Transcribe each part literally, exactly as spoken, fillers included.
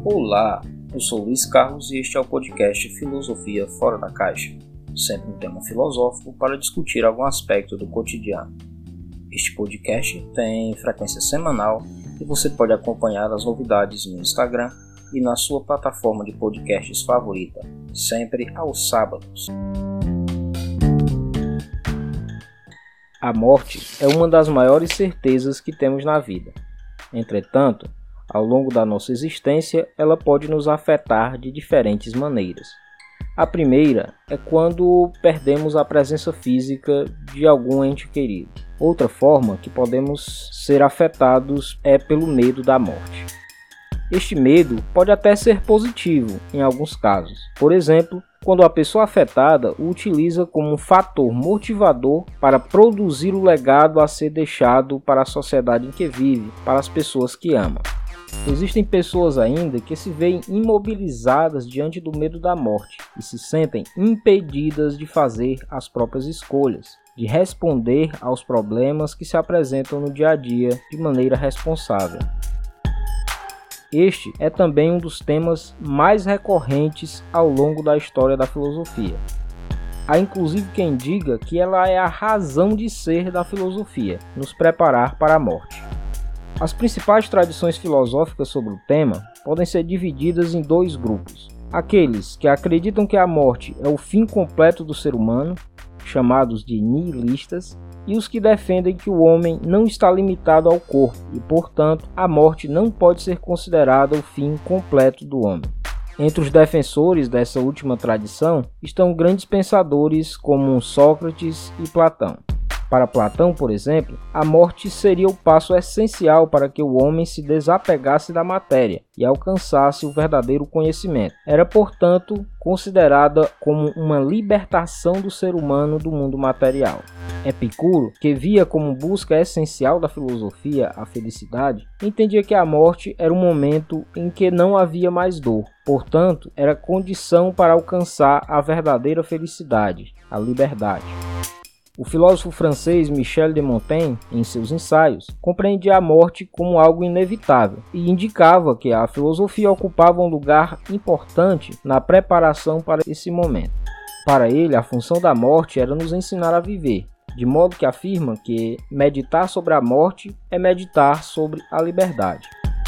Olá, eu sou Luiz Carlos e este é o podcast Filosofia Fora da Caixa, sempre um tema filosófico para discutir algum aspecto do cotidiano. Este podcast tem frequência semanal e você pode acompanhar as novidades no Instagram e na sua plataforma de podcasts favorita, sempre aos sábados. A morte é uma das maiores certezas que temos na vida. Entretanto, ao longo da nossa existência, ela pode nos afetar de diferentes maneiras. A primeira é quando perdemos a presença física de algum ente querido. Outra forma que podemos ser afetados é pelo medo da morte. Este medo pode até ser positivo em alguns casos. Por exemplo, quando a pessoa afetada o utiliza como um fator motivador para produzir o legado a ser deixado para a sociedade em que vive, para as pessoas que ama. Existem pessoas ainda que se veem imobilizadas diante do medo da morte e se sentem impedidas de fazer as próprias escolhas, de responder aos problemas que se apresentam no dia a dia de maneira responsável. Este é também um dos temas mais recorrentes ao longo da história da filosofia. Há inclusive quem diga que ela é a razão de ser da filosofia, nos preparar para a morte. As principais tradições filosóficas sobre o tema podem ser divididas em dois grupos. Aqueles que acreditam que a morte é o fim completo do ser humano, chamados de nihilistas, e os que defendem que o homem não está limitado ao corpo e, portanto, a morte não pode ser considerada o fim completo do homem. Entre os defensores dessa última tradição estão grandes pensadores como Sócrates e Platão. Para Platão, por exemplo, a morte seria o passo essencial para que o homem se desapegasse da matéria e alcançasse o verdadeiro conhecimento. Era, portanto, considerada como uma libertação do ser humano do mundo material. Epicuro, que via como busca essencial da filosofia a felicidade, entendia que a morte era um momento em que não havia mais dor. Portanto, era condição para alcançar a verdadeira felicidade, a liberdade. O filósofo francês Michel de Montaigne, em seus ensaios, compreendia a morte como algo inevitável e indicava que a filosofia ocupava um lugar importante na preparação para esse momento. Para ele, a função da morte era nos ensinar a viver, de modo que afirma que meditar sobre a morte é meditar sobre a liberdade.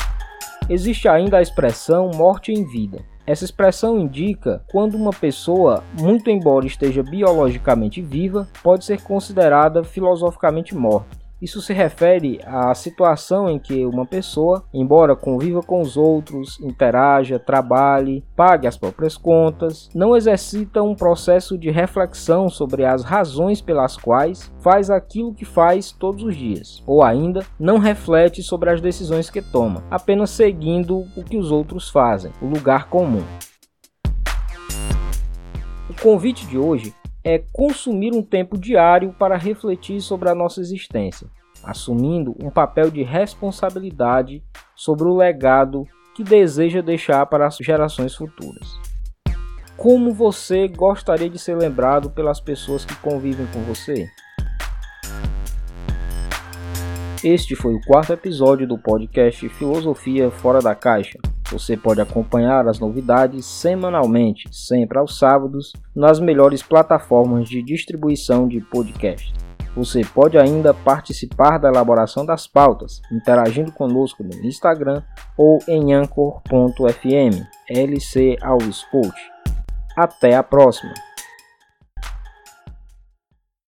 Existe ainda a expressão morte em vida. Essa expressão indica quando uma pessoa, muito embora esteja biologicamente viva, pode ser considerada filosoficamente morta. Isso se refere à situação em que uma pessoa, embora conviva com os outros, interaja, trabalhe, pague as próprias contas, não exercita um processo de reflexão sobre as razões pelas quais faz aquilo que faz todos os dias, ou ainda não reflete sobre as decisões que toma, apenas seguindo o que os outros fazem, o lugar comum. O convite de hoje é consumir um tempo diário para refletir sobre a nossa existência, assumindo um papel de responsabilidade sobre o legado que deseja deixar para as gerações futuras. Como você gostaria de ser lembrado pelas pessoas que convivem com você? Este foi o quarto episódio do podcast Filosofia Fora da Caixa. Você pode acompanhar as novidades semanalmente, sempre aos sábados, nas melhores plataformas de distribuição de podcast. Você pode ainda participar da elaboração das pautas, interagindo conosco no Instagram ou em anchor ponto f m, L C Alves Coach. Até a próxima!